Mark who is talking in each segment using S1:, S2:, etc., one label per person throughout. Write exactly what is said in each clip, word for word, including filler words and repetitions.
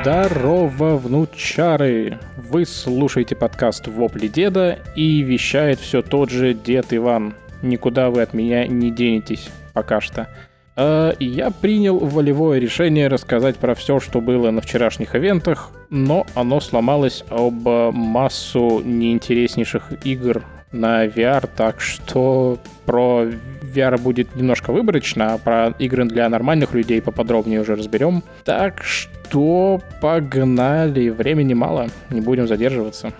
S1: Здорово, внучары! Вы слушаете подкаст «Вопли деда», и вещает все тот же дед Иван. Никуда вы от меня не денетесь пока что. А я принял волевое решение рассказать про все, что было на вчерашних ивентах, но оно сломалось об массу неинтереснейших игр на ви ар, так что про ви ар будет немножко выборочно, а про игры для нормальных людей поподробнее уже разберем. Так что погнали, времени мало, не будем задерживаться.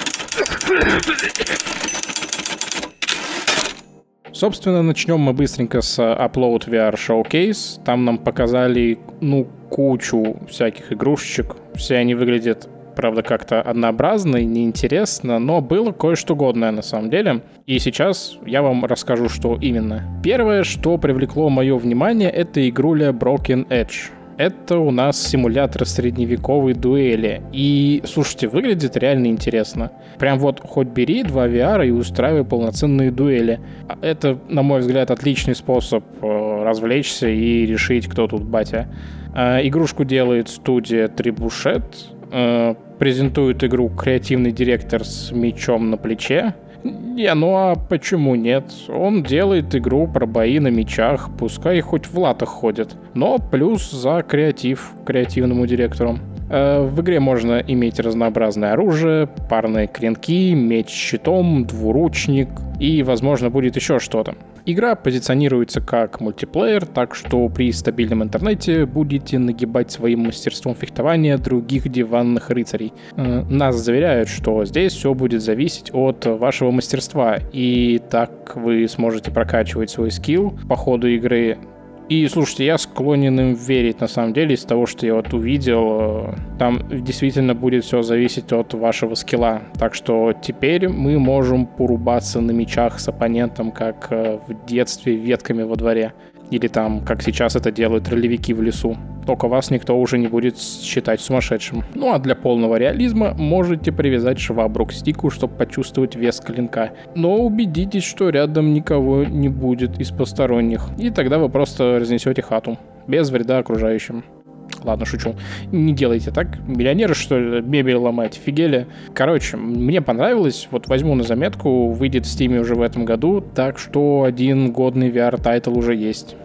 S1: Собственно, начнем мы быстренько с Upload ви ар Showcase. Там нам показали, ну, кучу всяких игрушечек. Все они выглядят, правда, как-то однообразно и неинтересно, но было кое-что годное на самом деле. И сейчас я вам расскажу, что именно. Первое, что привлекло мое внимание, это игруля Broken Edge. Это у нас симулятор средневековой дуэли. И, слушайте, выглядит реально интересно. Прям вот хоть бери два ви ар и устраивай полноценные дуэли. Это, на мой взгляд, отличный способ э, развлечься и решить, кто тут батя. Э, игрушку делает студия Trebuchet. Э, презентует игру креативный директор с мечом на плече. Не, ну а почему нет? Он делает игру про бои на мечах, пускай хоть в латах ходят. Но плюс за креатив креативному директору. Э, в игре можно иметь разнообразное оружие, парные клинки, меч с щитом, двуручник и, возможно, будет еще что-то. Игра позиционируется как мультиплеер, так что при стабильном интернете будете нагибать своим мастерством фехтования других диванных рыцарей. Нас заверяют, что здесь все будет зависеть от вашего мастерства, и так вы сможете прокачивать свой скилл по ходу игры. И, слушайте, я склонен им верить, на самом деле, из того, что я вот увидел. Там действительно будет все зависеть от вашего скилла. Так что теперь мы можем порубаться на мечах с оппонентом, как в детстве ветками во дворе. Или там, как сейчас это делают ролевики в лесу. Только вас никто уже не будет считать сумасшедшим. Ну а для полного реализма можете привязать швабру к стику, чтобы почувствовать вес клинка. Но убедитесь, что рядом никого не будет из посторонних. И тогда вы просто разнесете хату. Без вреда окружающим. Ладно, шучу. Не делайте так. Миллионеры, что ли, мебель ломать? Офигели. Короче, мне понравилось. Вот возьму на заметку. Выйдет в Steam уже в этом году. Так что один годный ви ар-тайтл уже есть.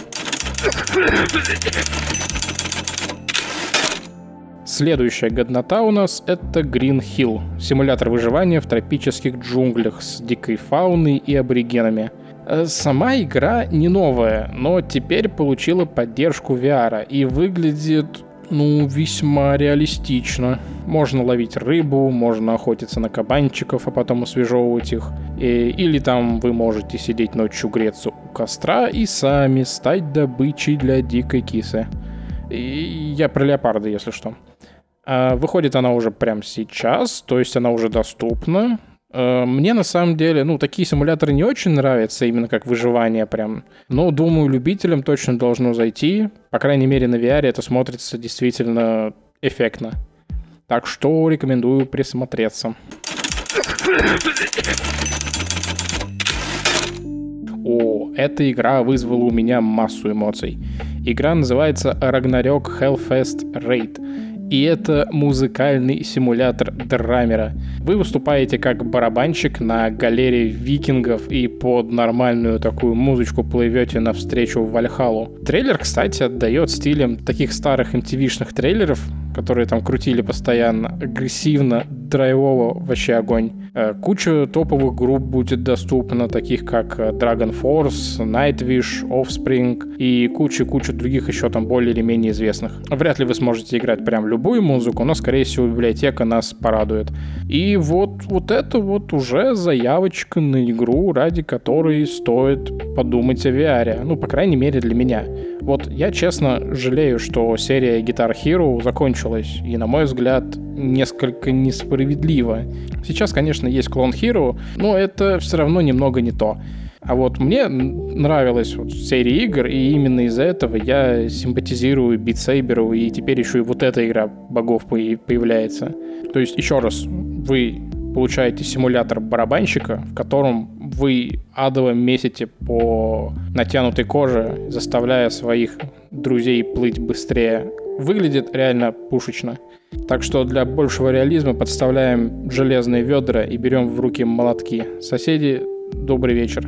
S1: Следующая годнота у нас — это Green Hill. Симулятор выживания в тропических джунглях с дикой фауной и аборигенами. Сама игра не новая, но теперь получила поддержку ви ар и выглядит, ну, весьма реалистично. Можно ловить рыбу, можно охотиться на кабанчиков, а потом освежевывать их. И, или там вы можете сидеть ночью греться у костра и сами стать добычей для дикой кисы. И я про леопарда, если что. А выходит она уже прямо сейчас, то есть она уже доступна. Мне на самом деле, ну, такие симуляторы не очень нравятся, именно как выживание прям. Но, думаю, любителям точно должно зайти. По крайней мере, на ви ар это смотрится действительно эффектно. Так что рекомендую присмотреться. О, эта игра вызвала у меня массу эмоций. Игра называется Ragnarok Hellfest Raid. И это музыкальный симулятор драмера. Вы выступаете как барабанщик на галере викингов и под нормальную такую музычку плывете навстречу в Вальхалу. Трейлер, кстати, отдает стилем таких старых эм ти ви-шных трейлеров, которые там крутили постоянно, агрессивно, драйвово, вообще огонь. Куча топовых групп будет доступна, таких как Dragon Force, Nightwish, Offspring и куча-куча других еще там более или менее известных. Вряд ли вы сможете играть прям любую музыку, но, скорее всего, библиотека нас порадует. И вот, вот это вот уже заявочка на игру, ради которой стоит подумать о ви ар. Ну, по крайней мере, для меня. Вот я, честно, жалею, что серия Guitar Hero закончилась, и, на мой взгляд, несколько несправедливо. Сейчас, конечно, есть клон Hero, но это все равно немного не то. А вот мне нравилась вот серия игр, и именно из-за этого я симпатизирую Beat Saber'у, и теперь еще и вот эта игра богов появляется. То есть, еще раз, вы получаете симулятор барабанщика, в котором вы адово месите по натянутой коже, заставляя своих друзей плыть быстрее. Выглядит реально пушечно. Так что для большего реализма подставляем железные ведра и берем в руки молотки. Соседи, добрый вечер.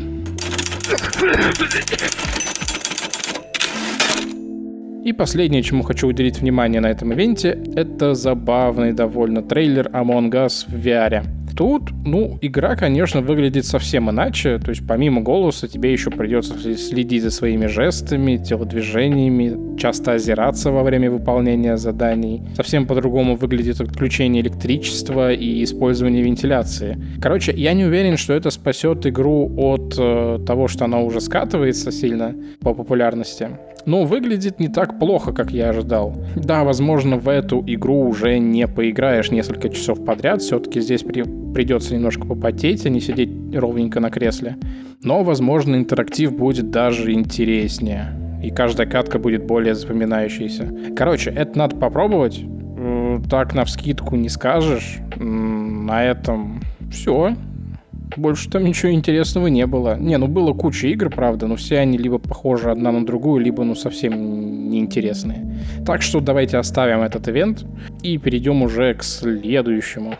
S1: И последнее, чему хочу уделить внимание на этом ивенте, это забавный довольно трейлер Among Us в ви ар. Тут, ну, игра, конечно, выглядит совсем иначе, то есть помимо голоса тебе еще придется следить за своими жестами, телодвижениями, часто озираться во время выполнения заданий. Совсем по-другому выглядит отключение электричества и использование вентиляции. Короче, я не уверен, что это спасет игру от э, того, что она уже скатывается сильно по популярности. Но выглядит не так плохо, как я ожидал. Да, возможно, в эту игру уже не поиграешь несколько часов подряд, все-таки здесь при... придется немножко попотеть, а не сидеть ровненько на кресле. Но, возможно, интерактив будет даже интереснее, и каждая катка будет более запоминающейся. Короче, это надо попробовать. Так навскидку не скажешь. На этом все. Больше там ничего интересного не было. Не, ну было куча игр, правда, но все они либо похожи одна на другую, либо ну совсем неинтересные. Так что давайте оставим этот ивент и перейдем уже к следующему.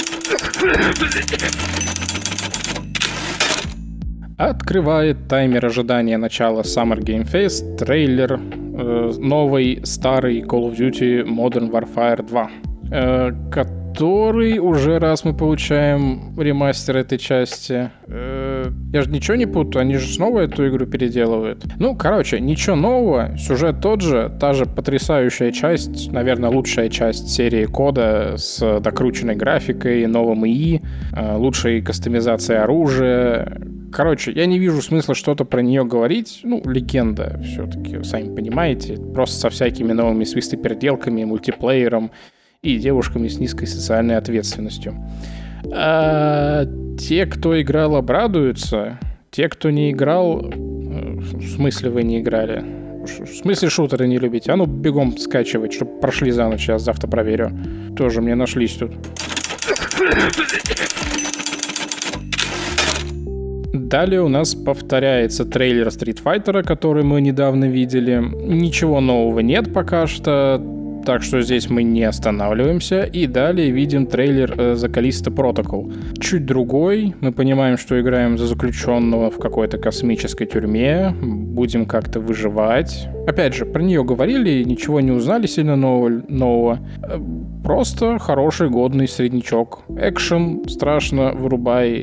S1: Открывает таймер ожидания начала Summer Game Fest трейлер э, новой старой Call of Duty Modern Warfare два, э, который уже раз мы получаем ремастер этой части. Э, я же ничего не путаю, они же снова эту игру переделывают. Ну, короче, ничего нового, сюжет тот же, та же потрясающая часть, наверное, лучшая часть серии кода с докрученной графикой, новым ИИ, э, лучшей кастомизацией оружия. Короче, я не вижу смысла что-то про нее говорить. Ну, легенда все-таки, сами понимаете. Просто со всякими новыми свистоперделками, мультиплеером и девушками с низкой социальной ответственностью. А те, кто играл, обрадуются. Те, кто не играл... В смысле вы не играли? В смысле шутеры не любите? А ну бегом скачивать, чтобы прошли за ночь, я завтра проверю. Тоже мне нашлись тут. Далее у нас повторяется трейлер Street Fighter, который мы недавно видели. Ничего нового нет пока что, так что здесь мы не останавливаемся. И далее видим трейлер The Callisto Protocol. Чуть другой. Мы понимаем, что играем за заключенного в какой-то космической тюрьме. Будем как-то выживать. Опять же, про нее говорили, ничего не узнали сильно нового. нового. Просто хороший, годный среднячок. Экшен, страшно, вырубай...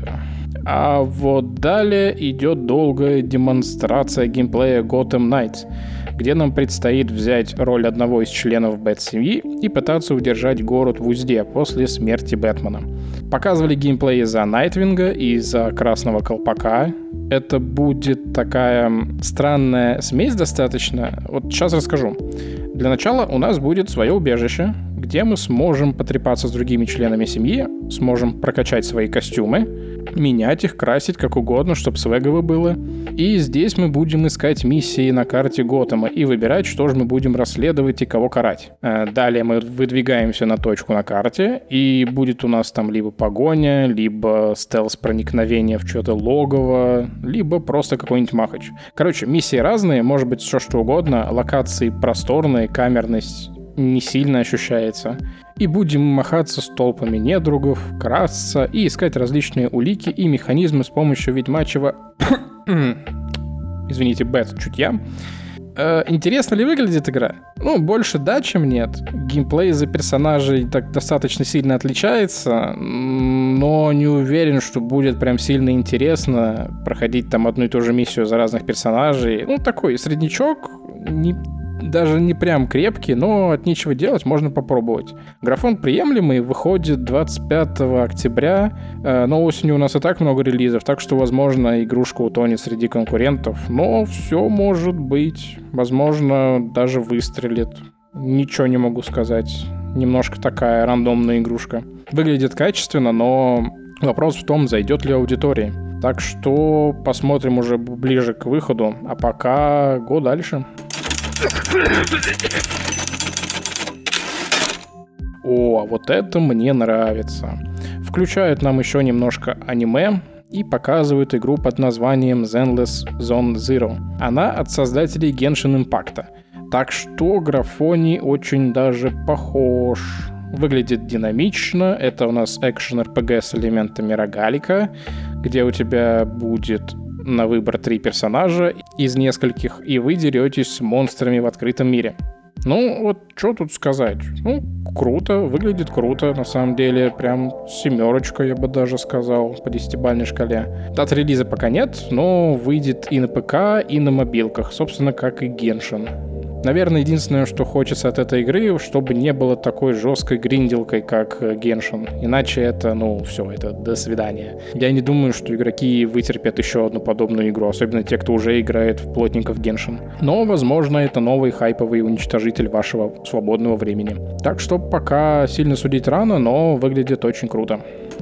S1: А вот далее идет долгая демонстрация геймплея Gotham Knights, где нам предстоит взять роль одного из членов Бэт-семьи и пытаться удержать город в узде после смерти Бэтмена. Показывали геймплей за Найтвинга и за Красного Колпака. Это будет такая странная смесь достаточно. Вот сейчас расскажу. Для начала у нас будет свое убежище, где мы сможем потрепаться с другими членами семьи, сможем прокачать свои костюмы, менять их, красить как угодно, чтобы свегово было. И здесь мы будем искать миссии на карте Готэма и выбирать, что же мы будем расследовать и кого карать. Далее мы выдвигаемся на точку на карте, и будет у нас там либо погоня, либо стелс-проникновение в что-то логово, либо просто какой-нибудь махач. Короче, миссии разные, может быть все что угодно, локации просторные, камерность не сильно ощущается. И будем махаться с толпами недругов, красться и искать различные улики и механизмы с помощью ведьмачьего... Извините, бэт, чутья. Э, интересно ли выглядит игра? Ну, больше да, чем нет. Геймплей за персонажей так достаточно сильно отличается, но не уверен, что будет прям сильно интересно проходить там одну и ту же миссию за разных персонажей. Ну, такой среднячок, не... даже не прям крепкий, но от нечего делать можно попробовать. Графон приемлемый, выходит двадцать пятого октября, но осенью у нас и так много релизов, так что, возможно, игрушка утонет среди конкурентов, но все может быть. Возможно, даже выстрелит. Ничего не могу сказать. Немножко такая рандомная игрушка. Выглядит качественно, но вопрос в том, зайдет ли аудитории. Так что посмотрим уже ближе к выходу, а пока го дальше. О, вот это мне нравится. Включают нам еще немножко аниме и показывают игру под названием Zenless Zone Zero. Она от создателей Genshin Impact. Так что Графоний очень даже похож. Выглядит динамично. Это у нас экшен-эр пи джи с элементами рогалика, где у тебя будет на выбор три персонажа из нескольких, и вы деретесь с монстрами в открытом мире. Ну, вот что тут сказать? Ну, круто, выглядит круто, на самом деле, прям семерочка, я бы даже сказал, по десятибалльной шкале. Дат релиза пока нет, но выйдет и на ПК, и на мобилках, собственно, как и Геншин. Наверное, единственное, что хочется от этой игры, чтобы не было такой жесткой гринделкой, как Геншин. Иначе это, ну, все, это до свидания. Я не думаю, что игроки вытерпят еще одну подобную игру, особенно те, кто уже играет в плотников Геншин. Но, возможно, это новый хайповый уничтожитель вашего свободного времени. Так что пока сильно судить рано, но выглядит очень круто.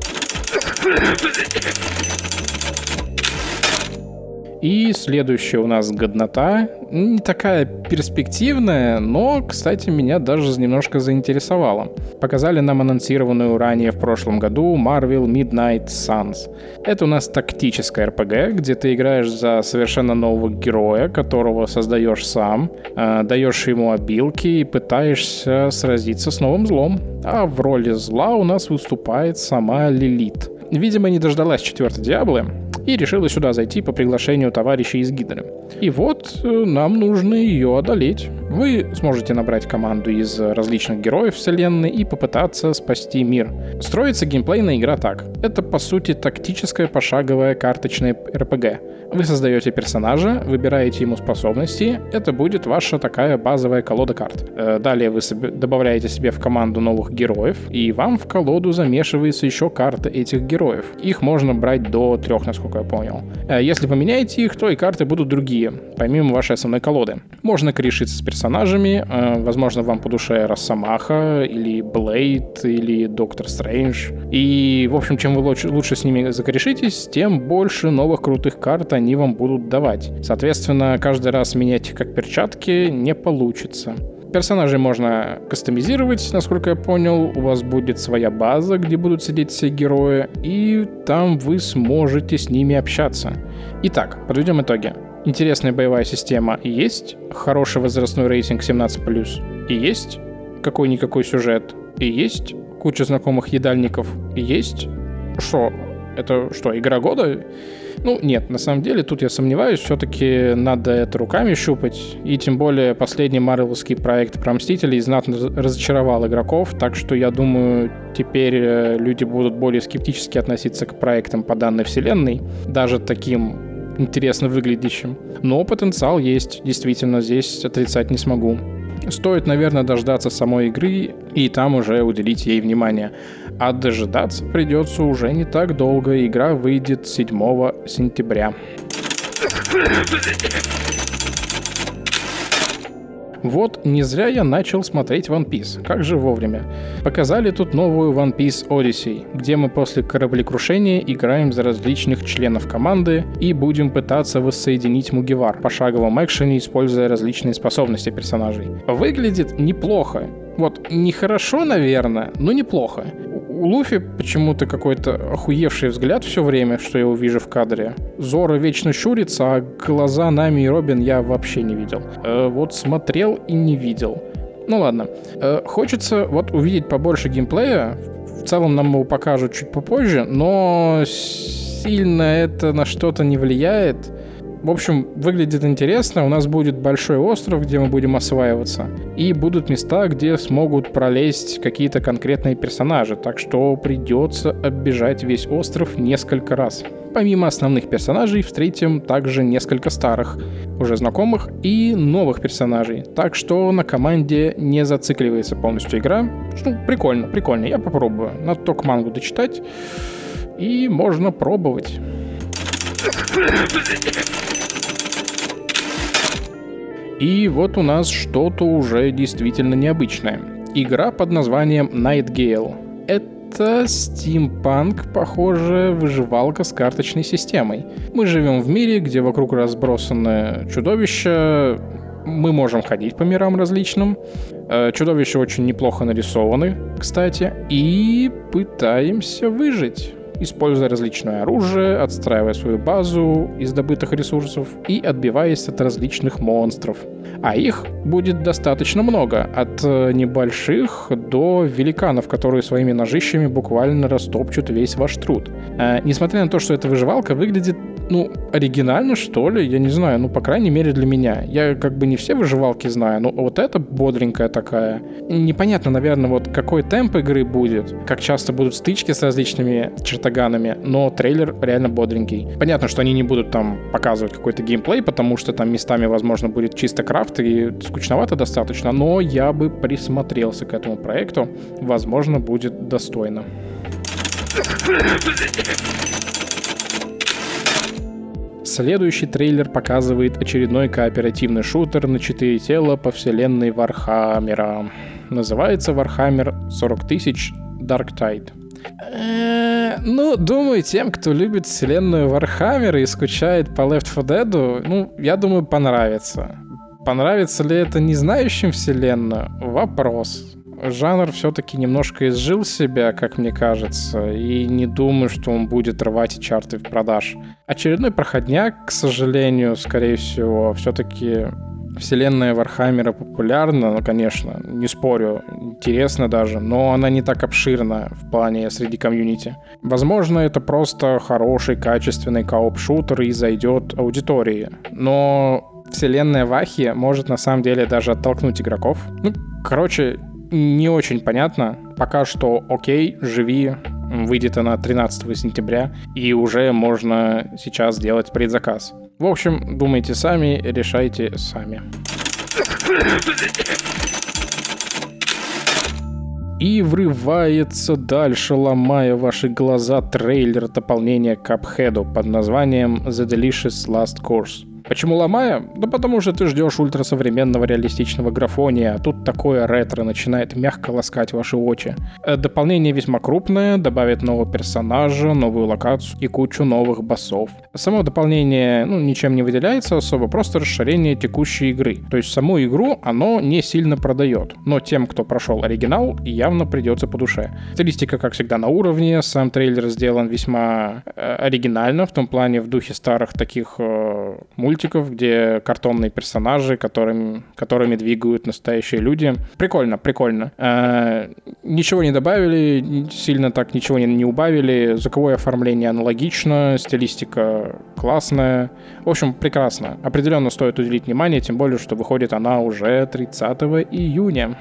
S1: И следующая у нас годнота. Не такая перспективная, но, кстати, меня даже немножко заинтересовала. Показали нам анонсированную ранее в прошлом году Marvel Midnight Suns. Это у нас тактическая эр пи джи, где ты играешь за совершенно нового героя, которого создаешь сам, э, даешь ему обилки и пытаешься сразиться с новым злом. А в роли зла у нас выступает сама Лилит. Видимо, не дождалась четвертой Диаблы и решила сюда зайти по приглашению товарищей из Гидры. И вот э, нам нужно ее одолеть. Вы сможете набрать команду из различных героев вселенной и попытаться спасти мир. Строится геймплейная игра так. Это, по сути, тактическая пошаговая карточная эр пи джи. Вы создаете персонажа, выбираете ему способности. Это будет ваша такая базовая колода карт. Э, далее вы себе, добавляете себе в команду новых героев, и вам в колоду замешиваются еще карты этих героев. Их можно брать до трех, насколько я понял. Э, если поменяете их, то и карты будут другие, помимо вашей основной колоды. Можно корешиться с персонажами. Э, возможно, вам по душе Росомаха, или Блейд, или Доктор Стрэндж. И, в общем, чем вы лучше, лучше с ними закорешитесь, тем больше новых крутых карт они вам будут давать. Соответственно, каждый раз менять их как перчатки не получится. Персонажей можно кастомизировать, насколько я понял. У вас будет своя база, где будут сидеть все герои, и там вы сможете с ними общаться. Итак, подведем итоги. Интересная боевая система есть, хороший возрастной рейтинг семнадцать плюс, и есть какой-никакой сюжет, и есть куча знакомых едальников, и есть... Что? Это что, игра года? Ну, нет, на самом деле, тут я сомневаюсь, все-таки надо это руками щупать, и тем более последний марвеловский проект про Мстителей знатно разочаровал игроков, так что я думаю, теперь люди будут более скептически относиться к проектам по данной вселенной, даже таким интересно выглядящим. Но потенциал есть, действительно, здесь отрицать не смогу. Стоит, наверное, дождаться самой игры и там уже уделить ей внимание. А дожидаться придется уже не так долго. Игра выйдет седьмого сентября. Вот не зря я начал смотреть One Piece. Как же вовремя. Показали тут новую One Piece Odyssey, где мы после кораблекрушения играем за различных членов команды и будем пытаться воссоединить Мугивар в пошаговом экшене, используя различные способности персонажей. Выглядит неплохо. Вот, нехорошо, наверное, но неплохо. У Луфи почему-то какой-то охуевший взгляд все время, что я увижу в кадре. Зора вечно щурится, а глаза Нами и Робин я вообще не видел. Э, вот смотрел и не видел. Ну ладно. Э, хочется вот увидеть побольше геймплея. В целом нам его покажут чуть попозже, но сильно это на что-то не влияет. В общем, выглядит интересно. У нас будет большой остров, где мы будем осваиваться. И будут места, где смогут пролезть какие-то конкретные персонажи. Так что придется оббежать весь остров несколько раз. Помимо основных персонажей встретим также несколько старых, уже знакомых, и новых персонажей. Так что на команде не зацикливается полностью игра. Ну, прикольно, прикольно. Я попробую. Надо только мангу дочитать. И можно пробовать. И вот у нас что-то уже действительно необычное. Игра под названием Nightgale. Это стимпанк, похоже, выживалка с карточной системой. Мы живем в мире, где вокруг разбросаны чудовища. Мы можем ходить по мирам различным. Чудовища очень неплохо нарисованы, кстати. И пытаемся выжить. используя различное оружие, отстраивая свою базу из добытых ресурсов и отбиваясь от различных монстров. А их будет достаточно много, от небольших до великанов, которые своими ножищами буквально растопчут весь ваш труд. А, несмотря на то, что эта выживалка выглядит, ну, оригинально, что ли, я не знаю, ну, по крайней мере, для меня. Я как бы не все выживалки знаю, но вот эта бодренькая такая. Непонятно, наверное, вот какой темп игры будет, как часто будут стычки с различными чертоганами, но трейлер реально бодренький. Понятно, что они не будут там показывать какой-то геймплей, потому что там местами, возможно, будет чисто крафт и скучновато достаточно, но я бы присмотрелся к этому проекту. Возможно, будет достойно. Следующий трейлер показывает очередной кооперативный шутер на четыре тела по вселенной Вархаммера. Называется Warhammer сорок тысяч Dark Tide. Э-э, ну, думаю, тем, кто любит вселенную Вархаммера и скучает по Left фор Dead, ну, я думаю, понравится. Понравится ли это не знающим вселенную? Вопрос. Жанр все-таки немножко изжил себя, как мне кажется, и не думаю, что он будет рвать чарты в продаж. Очередной проходняк, к сожалению, скорее всего, все-таки вселенная Вархаммера популярна, ну, конечно, не спорю, интересно даже, но она не так обширна в плане среди комьюнити. Возможно, это просто хороший, качественный кооп-шутер и зайдет аудитории, но вселенная Вахи может на самом деле даже оттолкнуть игроков. Ну, короче, не очень понятно. Пока что окей, живи. Выйдет она тринадцатого сентября, и уже можно сейчас делать предзаказ. В общем, думайте сами, решайте сами. И врывается дальше, ломая ваши глаза, трейлер дополнения к Cuphead под названием The Delicious Last Course. Почему ломая? Да потому что ты ждешь ультрасовременного реалистичного графония, а тут такое ретро начинает мягко ласкать ваши очи. Дополнение весьма крупное, добавит нового персонажа, новую локацию и кучу новых боссов. Само дополнение, ну, ничем не выделяется особо, просто расширение текущей игры. То есть саму игру оно не сильно продает, но тем, кто прошел оригинал, явно придется по душе. Стилистика, как всегда, на уровне, сам трейлер сделан весьма э, оригинально, в том плане в духе старых таких э, мультиков, где картонные персонажи, которыми, которыми двигают настоящие люди. Прикольно, прикольно. Э, ничего не добавили, сильно так ничего не, не убавили. Звуковое оформление аналогично, стилистика классная. В общем, прекрасно. Определенно стоит уделить внимание, тем более, что выходит она уже тридцатого июня.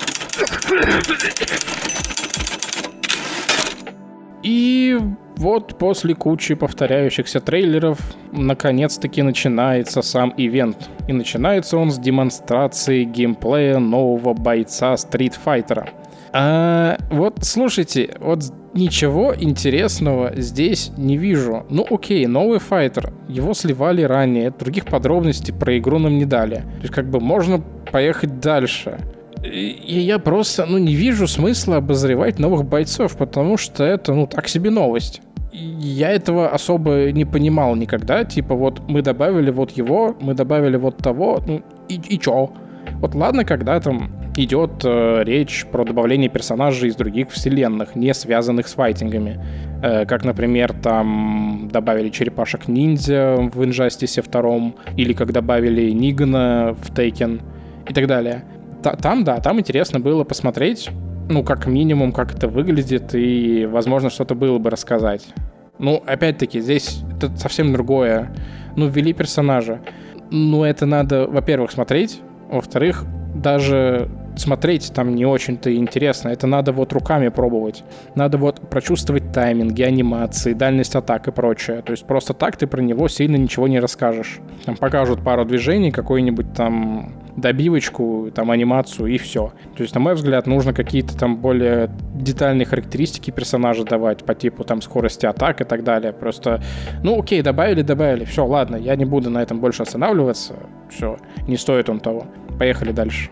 S1: И вот после кучи повторяющихся трейлеров наконец-таки начинается сам ивент. И начинается он с демонстрации геймплея нового бойца Street Fighter. А, вот слушайте, вот ничего интересного здесь не вижу. Ну окей, новый файтер, его сливали ранее, других подробностей про игру нам не дали. То есть как бы можно поехать дальше. И я просто, ну, не вижу смысла обозревать новых бойцов, потому что это, ну, так себе новость. Я этого особо не понимал никогда. Типа, вот мы добавили вот его, мы добавили вот того, ну, и, и чё? Вот ладно, когда там идет э, речь про добавление персонажей из других вселенных, не связанных с файтингами. Э, как, например, там добавили черепашек-ниндзя в Injustice два, или как добавили Нигана в Taken и так далее. Там, да, там интересно было посмотреть, ну, как минимум, как это выглядит, и, возможно, что-то было бы рассказать. Ну, опять-таки, здесь это совсем другое. Ну, ввели персонажа. Ну, это надо, во-первых, смотреть, во-вторых, даже смотреть там не очень-то интересно. Это надо вот руками пробовать. Надо вот прочувствовать тайминги, анимации, дальность атак и прочее. То есть просто так ты про него сильно ничего не расскажешь. Там покажут пару движений, какой-нибудь там добивочку, там анимацию и все. То есть, на мой взгляд, нужно какие-то там более детальные характеристики персонажа давать по типу там скорости атак и так далее. Просто, ну окей, добавили, добавили. Все, ладно, я не буду на этом больше останавливаться. Все, не стоит он того. Поехали дальше.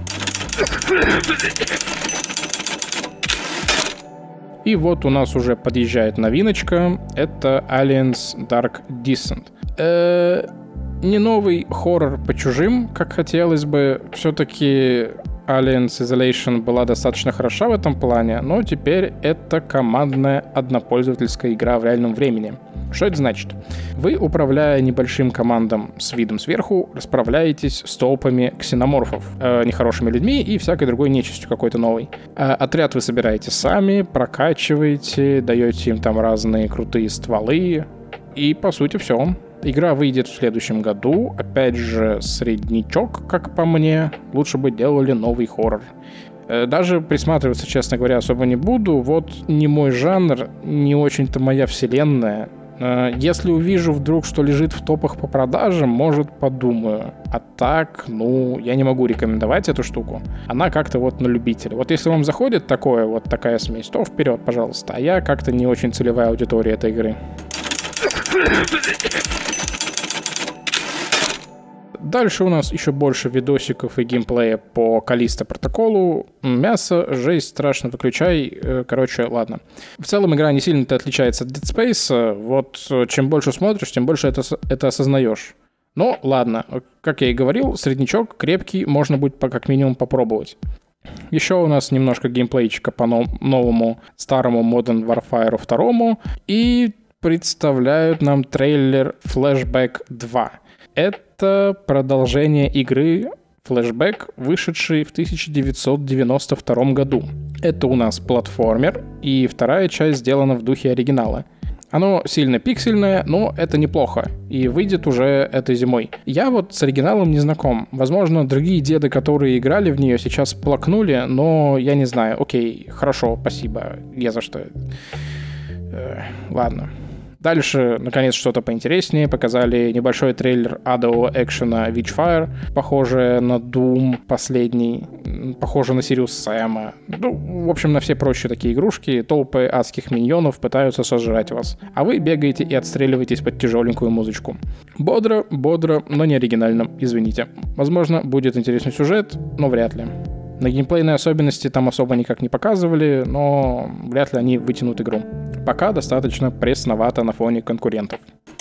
S1: И вот у нас уже подъезжает новиночка. Это Aliens Dark Descent. Э-э- не новый хоррор по чужим, как хотелось бы. Все-таки Aliens Isolation была достаточно хороша в этом плане, но теперь это командная однопользовательская игра в реальном времени. Что это значит? Вы, управляя небольшим командом с видом сверху, расправляетесь с толпами ксеноморфов, э, нехорошими людьми и всякой другой нечистью какой-то новой. Э, отряд вы собираете сами, прокачиваете, даете им там разные крутые стволы, и по сути все. Игра выйдет в следующем году, опять же среднячок, как по мне, лучше бы делали новый хоррор. Даже присматриваться, честно говоря, особо не буду, вот не мой жанр, не очень-то моя вселенная. Если увижу вдруг, что лежит в топах по продажам, может, подумаю. А так, ну, я не могу рекомендовать эту штуку. Она как-то вот на любителя. Вот если вам заходит такое, вот такая смесь, то вперед, пожалуйста. А я как-то не очень целевая аудитория этой игры. Дальше у нас еще больше видосиков и геймплея по Callisto протоколу. Мясо, жесть, страшно, выключай. Короче, ладно. В целом игра не сильно-то отличается от Dead Space. Вот чем больше смотришь, тем больше это, это осознаешь. Но ладно, как я и говорил, среднячок крепкий, можно будет как минимум попробовать. Еще у нас немножко геймплейчика по новому старому Modern Warfare два. И представляют нам трейлер Flashback два. Это продолжение игры Flashback, вышедшей в тысяча девятьсот девяносто втором году. Это у нас платформер, и вторая часть сделана в духе оригинала. Оно сильно пиксельное, но это неплохо, и выйдет уже этой зимой. Я вот с оригиналом не знаком. Возможно, другие деды, которые играли в нее, сейчас плакнули, но я не знаю. Окей, хорошо, спасибо, не за что. Э, ладно. Дальше, наконец, что-то поинтереснее. Показали небольшой трейлер адового экшена Witchfire, похожее на Doom последний, похоже на Сириус Сэма. Ну, в общем, на все прочие такие игрушки. Толпы адских миньонов пытаются сожрать вас. А вы бегаете и отстреливаетесь под тяжеленькую музычку. Бодро, бодро, но не оригинально, извините. Возможно, будет интересный сюжет, но вряд ли. На геймплейные особенности там особо никак не показывали, но вряд ли они вытянут игру. Пока достаточно пресновато на фоне конкурентов.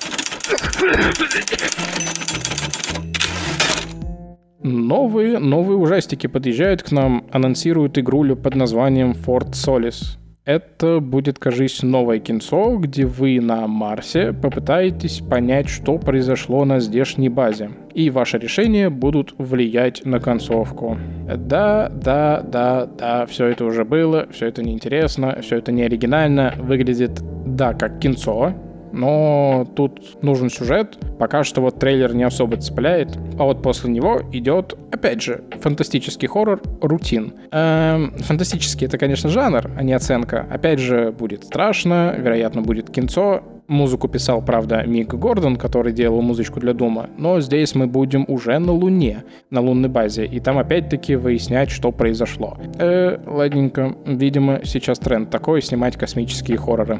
S1: Новые, новые ужастики подъезжают к нам, анонсируют игрулю под названием Fort Solis. Это будет, кажись, новое кинцо, где вы на Марсе попытаетесь понять, что произошло на здешней базе. И ваши решения будут влиять на концовку. Да, да, да, да, все это уже было, все это неинтересно, все это не оригинально, выглядит, да, как кинцо, но тут нужен сюжет. Пока что вот трейлер не особо цепляет. А вот после него идет, опять же, фантастический хоррор «Рутин». Эм, фантастический — это, конечно, жанр, а не оценка. Опять же, будет страшно, вероятно, будет кинцо. Музыку писал, правда, Мик Гордон, который делал музычку для Дума. Но здесь мы будем уже на Луне, на лунной базе. И там опять-таки выяснять, что произошло. Э, ладненько. Видимо, сейчас тренд такой — снимать космические хорроры.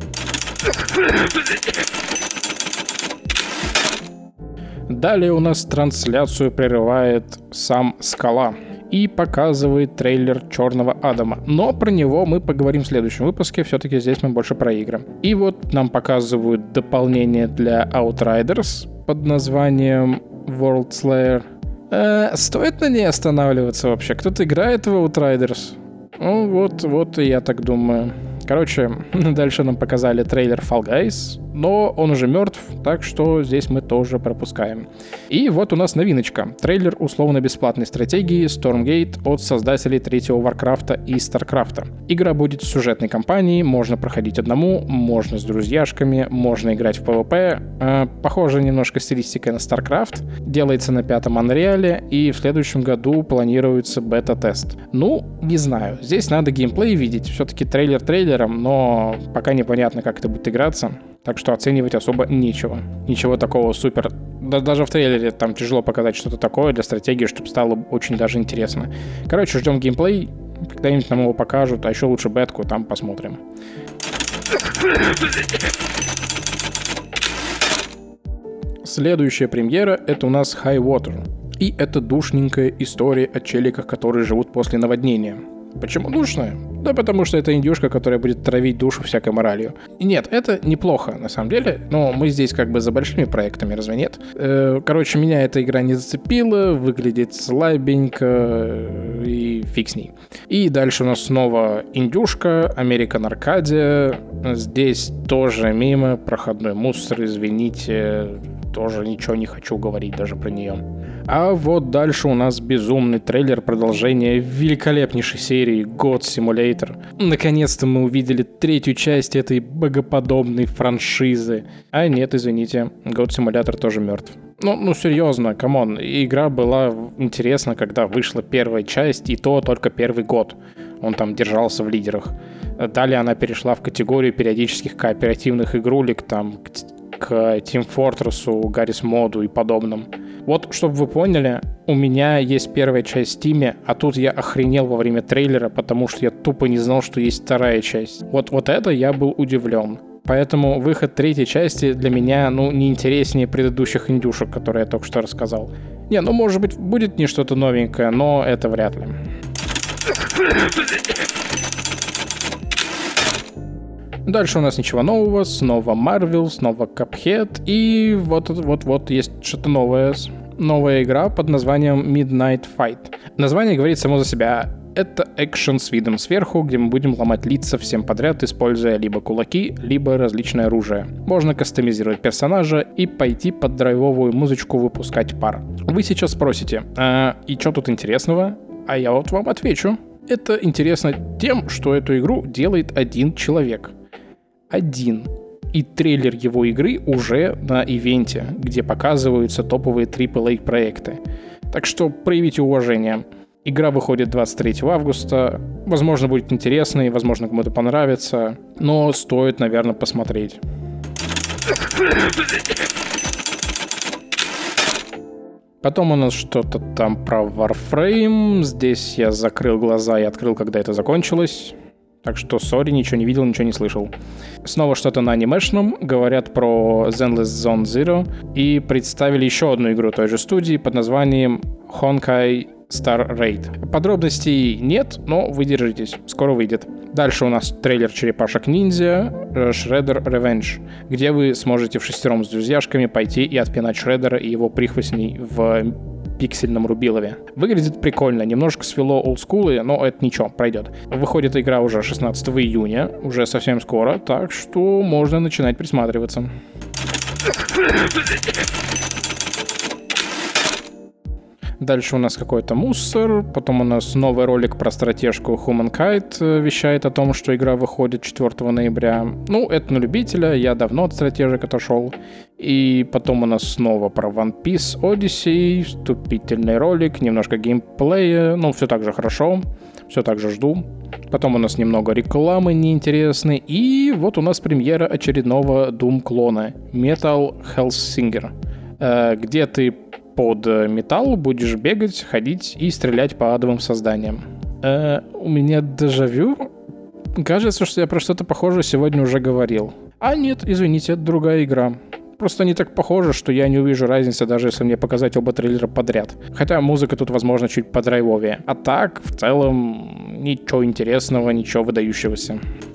S1: Далее у нас трансляцию прерывает сам Скала и показывает трейлер Черного Адама. Но про него мы поговорим в следующем выпуске, все-таки здесь мы больше про игры. И вот нам показывают дополнение для Outriders под названием World Slayer. Э, стоит на ней останавливаться вообще? Кто-то играет в Outriders? Ну вот, вот и я так думаю. Короче, дальше нам показали трейлер Fall Guys, но он уже мертв, так что здесь мы тоже пропускаем. И вот у нас новиночка. Трейлер условно-бесплатной стратегии Stormgate от создателей третьего Warcraft и StarCraft. Игра будет в сюжетной кампании, можно проходить одному, можно с друзьяшками, можно играть в PvP. Э, похоже немножко стилистикой на StarCraft. Делается на пятом Unreal, и в следующем году планируется бета-тест. Ну, не знаю, здесь надо геймплей видеть, все-таки трейлер трейлером, но пока непонятно, как это будет играться. Так что оценивать особо нечего. Ничего такого супер. Да, даже в трейлере там тяжело показать что-то такое для стратегии, чтобы стало очень даже интересно. Короче, ждем геймплей. Когда-нибудь нам его покажут, а еще лучше бетку, там посмотрим. Следующая премьера — это у нас High Water. И это душненькая история о челиках, которые живут после наводнения. Почему душная? Да потому что это индюшка, которая будет травить душу всякой моралью. И нет, это неплохо, на самом деле, но мы здесь как бы за большими проектами, разве нет? Короче, меня эта игра не зацепила, выглядит слабенько и фиг с ней. И дальше у нас снова индюшка, American Arcadia. Здесь тоже мимо, проходной мусор, извините, тоже ничего не хочу говорить даже про нее. А вот дальше у нас безумный трейлер продолжения великолепнейшей серии God Simulator. Наконец-то мы увидели третью часть этой богоподобной франшизы. А нет, извините, God Simulator тоже мертв. Ну, ну серьезно, камон, игра была интересна, когда вышла первая часть, и то только первый год. Он там держался в лидерах. Далее она перешла в категорию периодических кооперативных игрулек, там, к Team Fortress, Garry's Mod и подобным. Вот, чтобы вы поняли, у меня есть первая часть в Steam, а тут я охренел во время трейлера, потому что я тупо не знал, что есть вторая часть. Вот, вот это я был удивлен. Поэтому выход третьей части для меня, ну, не интереснее предыдущих индюшек, которые я только что рассказал. Не, ну, может быть, будет не что-то новенькое, но это вряд ли. Дальше у нас ничего нового, снова Marvel, снова Cuphead, и вот-вот-вот есть что-то новое. Новая игра под названием Midnight Fight. Название говорит само за себя. Это экшен с видом сверху, где мы будем ломать лица всем подряд, используя либо кулаки, либо различное оружие. Можно кастомизировать персонажа и пойти под драйвовую музычку выпускать пар. Вы сейчас спросите, а, и что тут интересного? А я вот вам отвечу. Это интересно тем, что эту игру делает один человек. Один. И трейлер его игры уже на ивенте, где показываются топовые трипл эй проекты. Так что проявите уважение. Игра выходит двадцать третьего августа. Возможно, будет интересно и, возможно, кому-то понравится. Но стоит, наверное, посмотреть. Потом у нас что-то там про Warframe. Здесь я закрыл глаза и открыл, когда это закончилось. Так что, сори, ничего не видел, ничего не слышал. Снова что-то на анимешном. Говорят про Zenless Zone Zero. И представили еще одну игру той же студии под названием Honkai Star Raid. Подробностей нет, но вы держитесь, скоро выйдет. Дальше у нас трейлер черепашек ниндзя Shredder Revenge, где вы сможете в шестером с друзьяшками пойти и отпинать Шреддера и его прихвостней в пиксельном рубилове. Выглядит прикольно, немножко свело олдскулы, но это ничего, пройдет. Выходит игра уже шестнадцатого июня, уже совсем скоро, так что можно начинать присматриваться. Дальше у нас какой-то мусор, потом у нас новый ролик про стратежку Humankind вещает о том, что игра выходит четвёртого ноября. Ну, это на любителя, я давно от стратежек отошел. И потом у нас снова про One Piece Odyssey, вступительный ролик, немножко геймплея, ну, все так же хорошо, все так же жду. Потом у нас немного рекламы неинтересной, и вот у нас премьера очередного Doom-клона Metal Hellsinger, где ты под металл будешь бегать, ходить и стрелять по адовым созданиям. Э, у меня дежавю. Кажется, что я про что-то похожее сегодня уже говорил. А нет, извините, это другая игра. Просто они так похожи, что я не увижу разницы, даже если мне показать оба трейлера подряд. Хотя музыка тут, возможно, чуть подрайвовее. А так, в целом, ничего интересного, ничего выдающегося.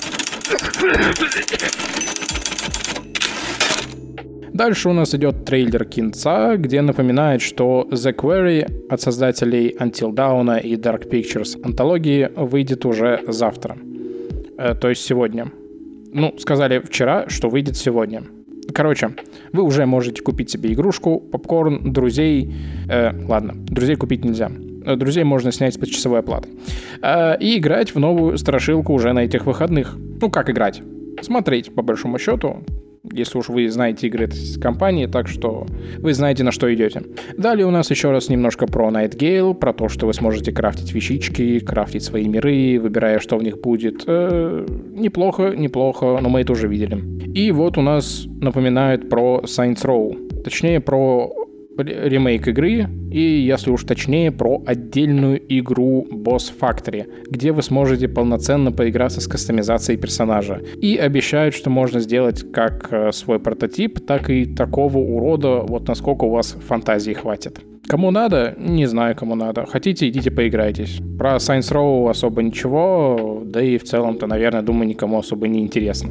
S1: Дальше у нас идет трейлер кинца, где напоминает, что The Quarry от создателей Until Dawn и Dark Pictures антологии выйдет уже завтра. Э, то есть сегодня. Ну, сказали вчера, что выйдет сегодня. Короче, вы уже можете купить себе игрушку, попкорн, друзей. Э, ладно, друзей купить нельзя. Друзей можно снять с почасовой оплаты. Э, и играть в новую страшилку уже на этих выходных. Ну, как играть? Смотреть, по большому счету. Если уж вы знаете игры этой компании, так что вы знаете, на что идете. Далее у нас еще раз немножко про Nightgale, про то, что вы сможете крафтить вещички, крафтить свои миры, выбирая, что в них будет. Э, неплохо, неплохо, но мы это уже видели. И вот у нас напоминают про Saints Row, точнее про ремейк игры, и, если уж точнее, про отдельную игру Boss Factory, где вы сможете полноценно поиграться с кастомизацией персонажа. И обещают, что можно сделать как свой прототип, так и такого урода, вот насколько у вас фантазии хватит. Кому надо? Не знаю, кому надо. Хотите, идите поиграйтесь. Про Saints Row особо ничего, да и в целом-то, наверное, думаю, никому особо не интересно.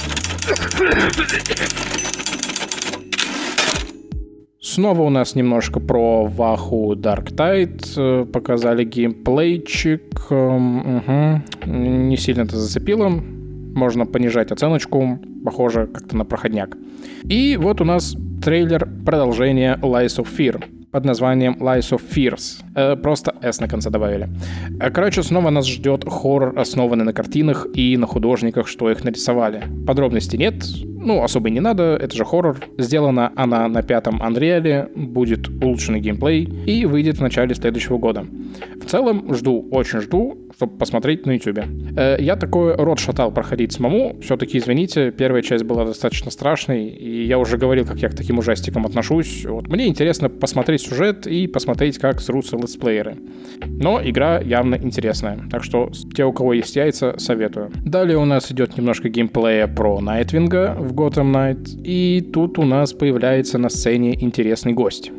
S1: Снова у нас немножко про Ваху Dark Tide. Показали геймплейчик. Угу. Не сильно это зацепило. Можно понижать оценочку. Похоже как-то на проходняк. И вот у нас трейлер продолжения Lies of Fear под названием Lies of Fears. Э, просто S на конце добавили. Короче, снова нас ждет хоррор, основанный на картинах и на художниках, что их нарисовали. Подробностей нет, ну, особо не надо, это же хоррор. Сделана она на пятом Unreal, будет улучшенный геймплей и выйдет в начале следующего года. В целом, жду, очень жду, чтобы посмотреть на YouTube. Э, я такой рот шатал проходить самому, все-таки, извините, первая часть была достаточно страшной, и я уже говорил, как я к таким ужастикам отношусь. Вот, мне интересно посмотреть сюжет и посмотреть, как срутся летсплееры. Но игра явно интересная, так что те, у кого есть яйца, советую. Далее у нас идет немножко геймплея про Найтвинга в Gotham Knight, и тут у нас появляется на сцене интересный гость.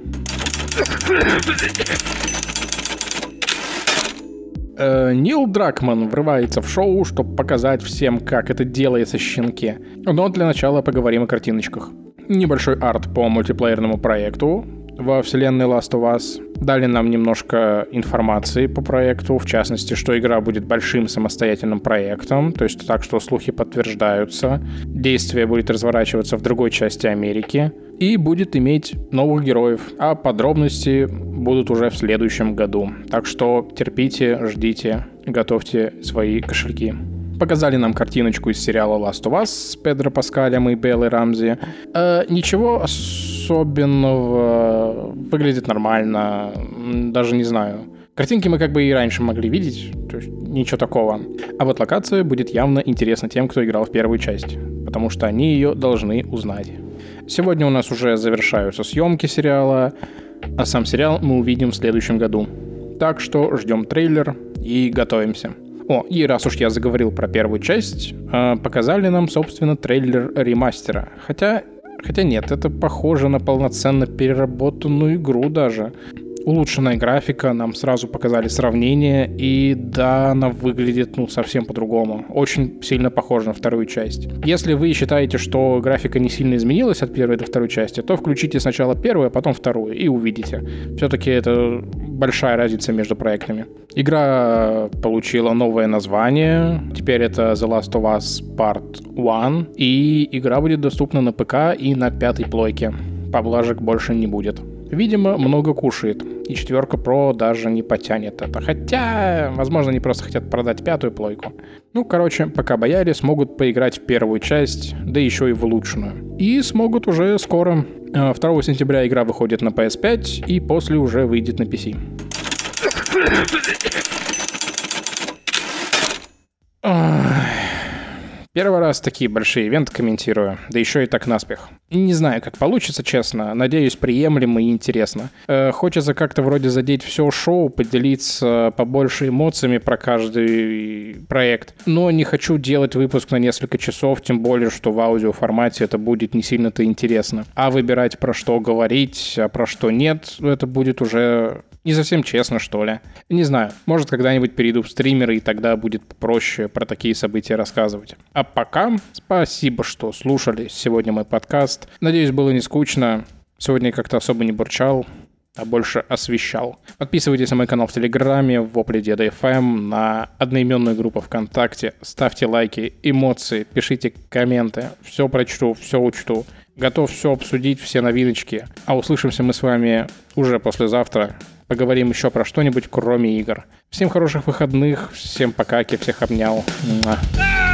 S1: Нил Дракман врывается в шоу, чтобы показать всем, как это делается в щенке. Но для начала поговорим о картиночках. Небольшой арт по мультиплеерному проекту во вселенной Last of Us. Дали нам немножко информации по проекту, в частности, что игра будет большим самостоятельным проектом, то есть так, что слухи подтверждаются. Действие будет разворачиваться в другой части Америки и будет иметь новых героев, а подробности будут уже в следующем году. Так что терпите, ждите, готовьте свои кошельки. Показали нам картиночку из сериала Last of Us с Педро Паскалем и Беллой Рамзи. Э, ничего особенного, выглядит нормально, даже не знаю. Картинки мы как бы и раньше могли видеть, то есть ничего такого. А вот локация будет явно интересна тем, кто играл в первую часть, потому что они ее должны узнать. Сегодня у нас уже завершаются съемки сериала, а сам сериал мы увидим в следующем году. Так что ждем трейлер и готовимся. О, и раз уж я заговорил про первую часть, э, показали нам, собственно, трейлер ремастера. Хотя, хотя нет, это похоже на полноценно переработанную игру даже. Улучшенная графика, нам сразу показали сравнение, и да, она выглядит, ну, совсем по-другому. Очень сильно похожа на вторую часть. Если вы считаете, что графика не сильно изменилась от первой до второй части, то включите сначала первую, а потом вторую, и увидите. Все-таки это большая разница между проектами. Игра получила новое название, теперь это The Last of Us Part один, и игра будет доступна на ПК и на пятой плойке. Поблажек больше не будет. Видимо, много кушает, и четверка Pro даже не потянет это. Хотя, возможно, они просто хотят продать пятую плойку. Ну, короче, пока бояре смогут поиграть в первую часть, да еще и в улучшенную. И смогут уже скоро. второго сентября игра выходит на пи эс пять, и после уже выйдет на пи си. Первый раз такие большие ивенты комментирую, да еще и так наспех. Не знаю, как получится, честно. Надеюсь, приемлемо и интересно. Э, хочется как-то вроде задеть все шоу, поделиться побольше эмоциями про каждый проект. Но не хочу делать выпуск на несколько часов, тем более, что в аудиоформате это будет не сильно-то интересно. А выбирать, про что говорить, а про что нет, это будет уже... не совсем честно, что ли. Не знаю, может, когда-нибудь перейду в стримеры, и тогда будет проще про такие события рассказывать. А пока спасибо, что слушали сегодня мой подкаст. Надеюсь, было не скучно. Сегодня я как-то особо не бурчал, а больше освещал. Подписывайтесь на мой канал в Телеграме, в Вопле.Деда.фм, на одноименную группу ВКонтакте. Ставьте лайки, эмоции, пишите комменты. Все прочту, все учту. Готов все обсудить, все новиночки. А услышимся мы с вами уже послезавтра. Поговорим еще про что-нибудь, кроме игр. Всем хороших выходных, всем покаки, всех обнял. Муа.